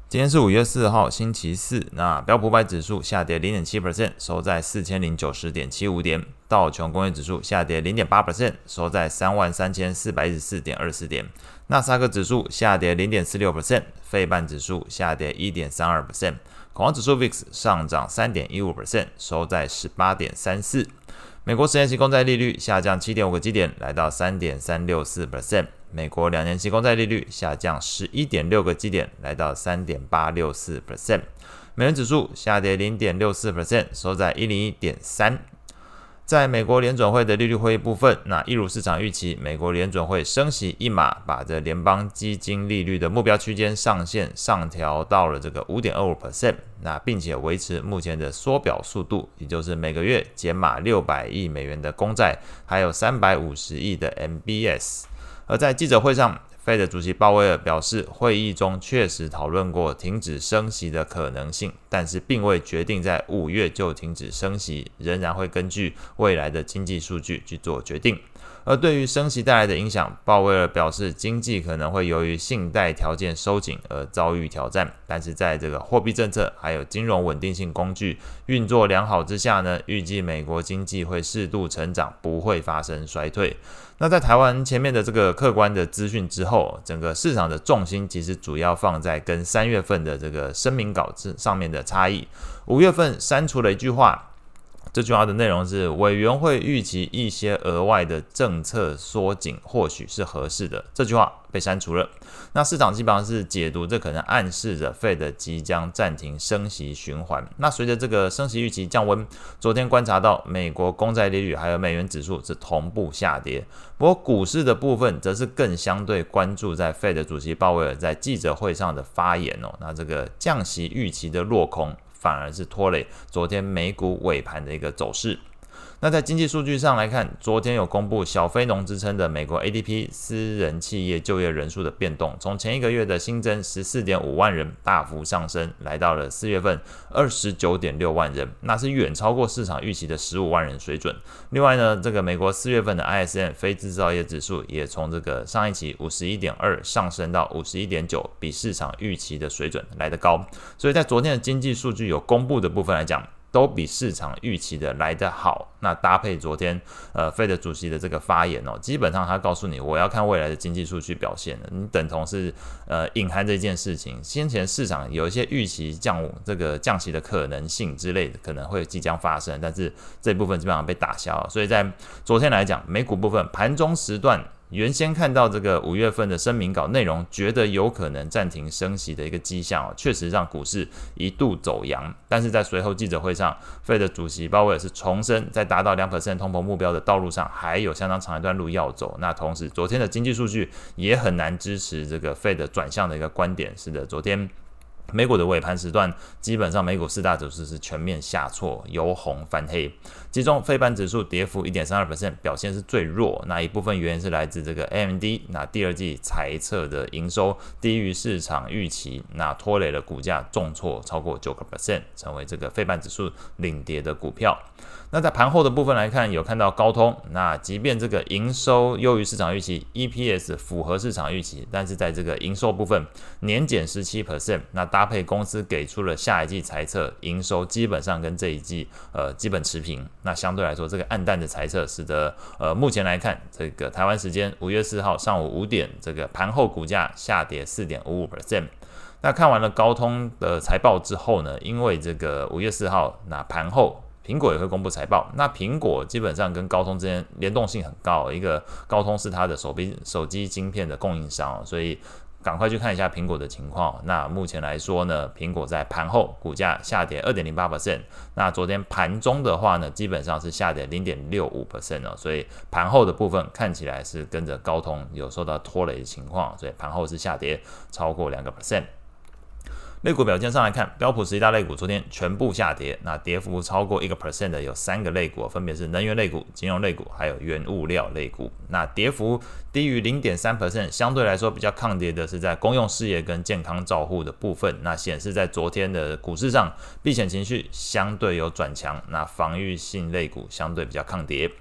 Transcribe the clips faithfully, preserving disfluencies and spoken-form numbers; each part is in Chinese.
今天是五月四号，星期四。那标普五百指数下跌 百分之零点七， 收在 四千零九十点七五 点。道琼工业指数下跌 百分之零点八， 收在 三万三千四百一十四点二四 点。纳斯达克指数下跌 百分之零点四六， 费半指数下跌 百分之一点三二。恐慌指数 V I X 上涨 百分之三点一五， 收在 十八点三四。美国十年期公债利率下降 七点五 个基点，来到 三点三六四。美国两年期公债利率下降 十一点六 个基点，来到 三点八六四。美元指数下跌 零点六四， 收在 一零一点三。在美国联准会的利率会议部分，那一如市场预期，美国联准会升息一码，把这联邦基金利率的目标区间上限上调到了这个 百分之五点二五， 那并且维持目前的缩表速度，也就是每个月减码六百亿美元的公债，还有三百五十亿的 M B S。而在记者会上，Fed 主席鲍威尔表示，会议中确实讨论过停止升息的可能性，但是并未决定在五月就停止升息，仍然会根据未来的经济数据去做决定。而对于升息带来的影响，鲍威尔表示，经济可能会由于信贷条件收紧而遭遇挑战，但是在这个货币政策还有金融稳定性工具运作良好之下呢，预计美国经济会适度成长，不会发生衰退。那在台湾前面的这个客观的资讯之后，整个市场的重心其实主要放在跟三月份的这个声明稿上面的差异。五月份删除了一句话，这句话的内容是委员会预期一些额外的政策缩紧或许是合适的，这句话被删除了。那市场基本上是解读这可能暗示着 Fed 即将暂停升息循环。那随着这个升息预期降温，昨天观察到美国公债利率还有美元指数是同步下跌。不过股市的部分则是更相对关注在 Fed 主席鲍威尔在记者会上的发言哦。那这个降息预期的落空，反而是拖累昨天美股尾盘的一个走势。那在经济数据上来看，昨天有公布小非农之称的美国 A D P 私人企业就业人数的变动，从前一个月的新增 十四点五万人大幅上升，来到了四月份 二十九点六万人，那是远超过市场预期的十五万人水准。另外呢，这个美国四月份的 I S M 非制造业指数也从这个上一期 五十一点二 上升到 五十一点九， 比市场预期的水准来得高。所以在昨天的经济数据有公布的部分来讲，都比市场预期的来得好。那搭配昨天呃 Fed 主席的这个发言哦，基本上他告诉你，我要看未来的经济数据表现，你等同是呃隐含这件事情。先前市场有一些预期降这个降息的可能性之类的，可能会即将发生，但是这部分基本上被打消了。所以在昨天来讲，美股部分盘中时段，原先看到这个五月份的声明稿内容，觉得有可能暂停升息的一个迹象哦，确实让股市一度走阳。但是在随后记者会上，Fed 主席鲍威尔是重申，在达到 百分之二 通膨目标的道路上还有相当长一段路要走。那同时，昨天的经济数据也很难支持这个 Fed 转向的一个观点。是的，昨天美股的尾盘时段，基本上美股四大指数是全面下挫，由红翻黑。其中费半指数跌幅 百分之一点三二， 表现是最弱。那一部分原因是来自这个 A M D， 那第二季财测的营收低于市场预期，那拖累了股价重挫超过 百分之九， 成为这个费半指数领跌的股票。那在盘后的部分来看，有看到高通，那即便这个营收优于市场预期 ，E P S 符合市场预期，但是在这个营收部分年减 百分之十七， 那搭配公司给出了下一季财测营收基本上跟这一季呃基本持平，那相对来说这个暗淡的财测使得呃目前来看，这个台湾时间五月四号上午五点，这个盘后股价下跌 百分之四点五五。那看完了高通的财报之后呢，因为这个五月四号那盘后苹果也会公布财报，那苹果基本上跟高通之间联动性很高，一个高通是它的手机手机晶片的供应商，所以赶快去看一下苹果的情况。那目前来说呢，苹果在盘后股价下跌 百分之二点零八， 那昨天盘中的话呢，基本上是下跌 百分之零点六五 哦，所以盘后的部分看起来是跟着高通有受到拖累的情况，所以盘后是下跌超过 百分之二。类股表现上来看，标普十一大类股昨天全部下跌，那跌幅超过 百分之一 的有三个类股，分别是能源类股、金融类股还有原物料类股。那跌幅低于 百分之零点三， 相对来说比较抗跌的是在公用事业跟健康照护的部分，那显示在昨天的股市上，避险情绪相对有转强，那防御性类股相对比较抗跌。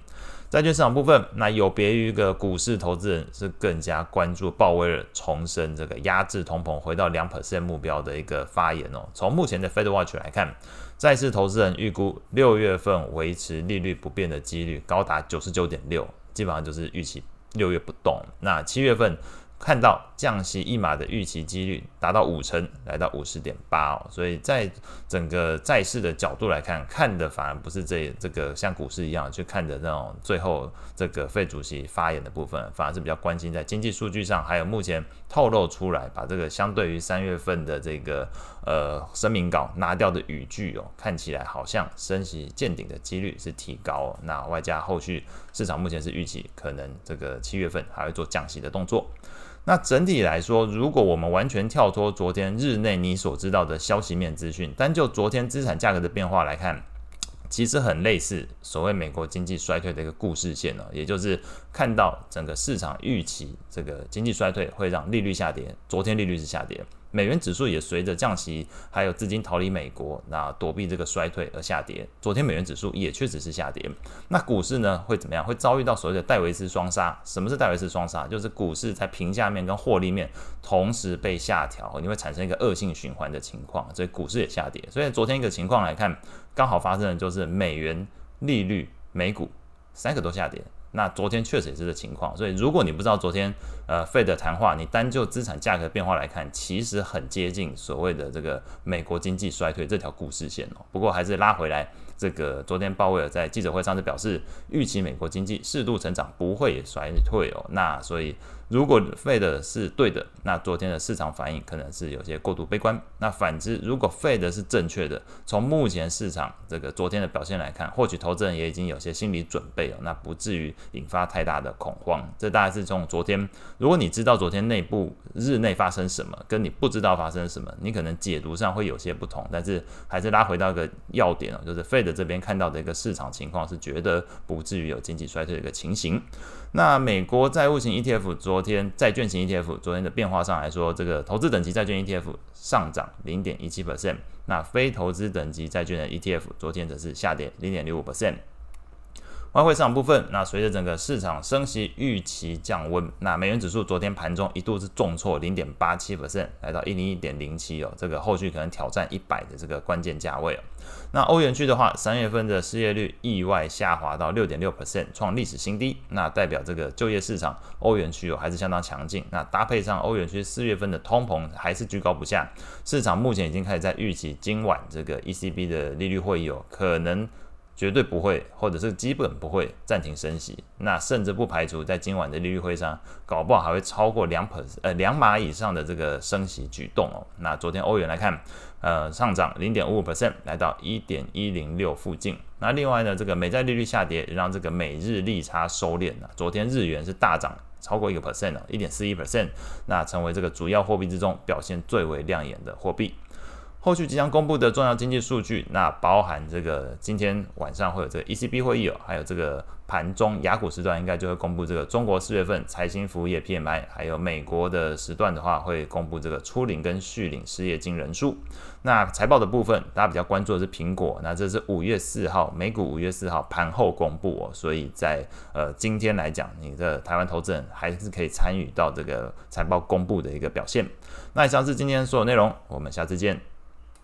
债券市场部分，那有别于一个股市投资人是更加关注鲍威尔重申这个压制通膨回到 百分之二 目标的一个发言哦。从目前的 Fed Watch 来看，债市投资人预估六月份维持利率不变的几率高达 百分之九十九点六， 基本上就是预期六月不动。那七月份看到降息一码的预期几率达到五成，来到 百分之五十点八 哦，所以在整个债市的角度来看，看的反而不是这这个像股市一样去看的那种最后这个费主席发言的部分，反而是比较关心在经济数据上，还有目前透露出来把这个相对于三月份的这个呃声明稿拿掉的语句哦，看起来好像升息见顶的几率是提高哦。那外加后续市场目前是预期可能这个七月份还会做降息的动作。那整体来说，如果我们完全跳脱昨天日内你所知道的消息面资讯，单就昨天资产价格的变化来看，其实很类似所谓美国经济衰退的一个故事线哦，也就是看到整个市场预期这个经济衰退会让利率下跌，昨天利率是下跌，美元指数也随着降息还有资金逃离美国，那躲避这个衰退而下跌，昨天美元指数也确实是下跌。那股市呢会怎么样？会遭遇到所谓的戴维斯双杀。什么是戴维斯双杀？就是股市在评价面跟获利面同时被下调，你会产生一个恶性循环的情况，所以股市也下跌。所以昨天一个情况来看，刚好发生的就是美元、利率、美股三个都下跌。那昨天确实也是这情况，所以如果你不知道昨天呃 Fed 的谈话，你单就资产价格变化来看，其实很接近所谓的这个美国经济衰退这条故事线哦。不过还是拉回来，这个昨天鲍威尔在记者会上是表示，预期美国经济适度成长，不会衰退哦。那所以如果 Fed 是对的，那昨天的市场反应可能是有些过度悲观。那反之，如果 Fed 是正确的，从目前市场这个昨天的表现来看，或许投资人也已经有些心理准备了，那不至于引发太大的恐慌。这大概是从昨天，如果你知道昨天内部日内发生什么，跟你不知道发生什么，你可能解读上会有些不同。但是还是拉回到一个要点哦，就是 Fed 这边看到的一个市场情况是觉得不至于有经济衰退的一个情形。那美国债务型 E T F 昨天债券型 E T F 昨天的变化上来说，这个投资等级债券 E T F 上涨 百分之零点一七， 那非投资等级债券的 E T F 昨天则是下跌 百分之零点六五。外汇市场部分，那随着整个市场升息预期降温，那美元指数昨天盘中一度是重挫 百分之零点八七， 来到 一零一点零七 哦，这个后续可能挑战一百的这个关键价位哦。那欧元区的话，三月份的失业率意外下滑到 百分之六点六， 创历史新低，那代表这个就业市场欧元区哦还是相当强劲。那搭配上欧元区四月份的通膨还是居高不下，市场目前已经开始在预期今晚这个 E C B 的利率会议哦，可能绝对不会，或者是基本不会暂停升息，那甚至不排除在今晚的利率会上，搞不好还会超过两呃两码以上的这个升息举动哦。那昨天欧元来看，呃上涨 百分之零点五五， 来到 一点一零六 附近。那另外呢，这个美债利率下跌，让这个美日利差收敛了。昨天日元是大涨超过一个 percent 哦， 一点四一 percent， 那成为这个主要货币之中表现最为亮眼的货币。后续即将公布的重要经济数据，那包含这个今天晚上会有这个 E C B 会议哦，还有这个盘中雅股时段应该就会公布这个中国四月份财新服务业 P M I， 还有美国的时段的话会公布这个初领跟续领失业金人数。那财报的部分，大家比较关注的是苹果，那这是五月四号美股五月四号盘后公布哦，所以在呃今天来讲，你的台湾投资人还是可以参与到这个财报公布的一个表现。那以上是今天所有内容，我们下次见。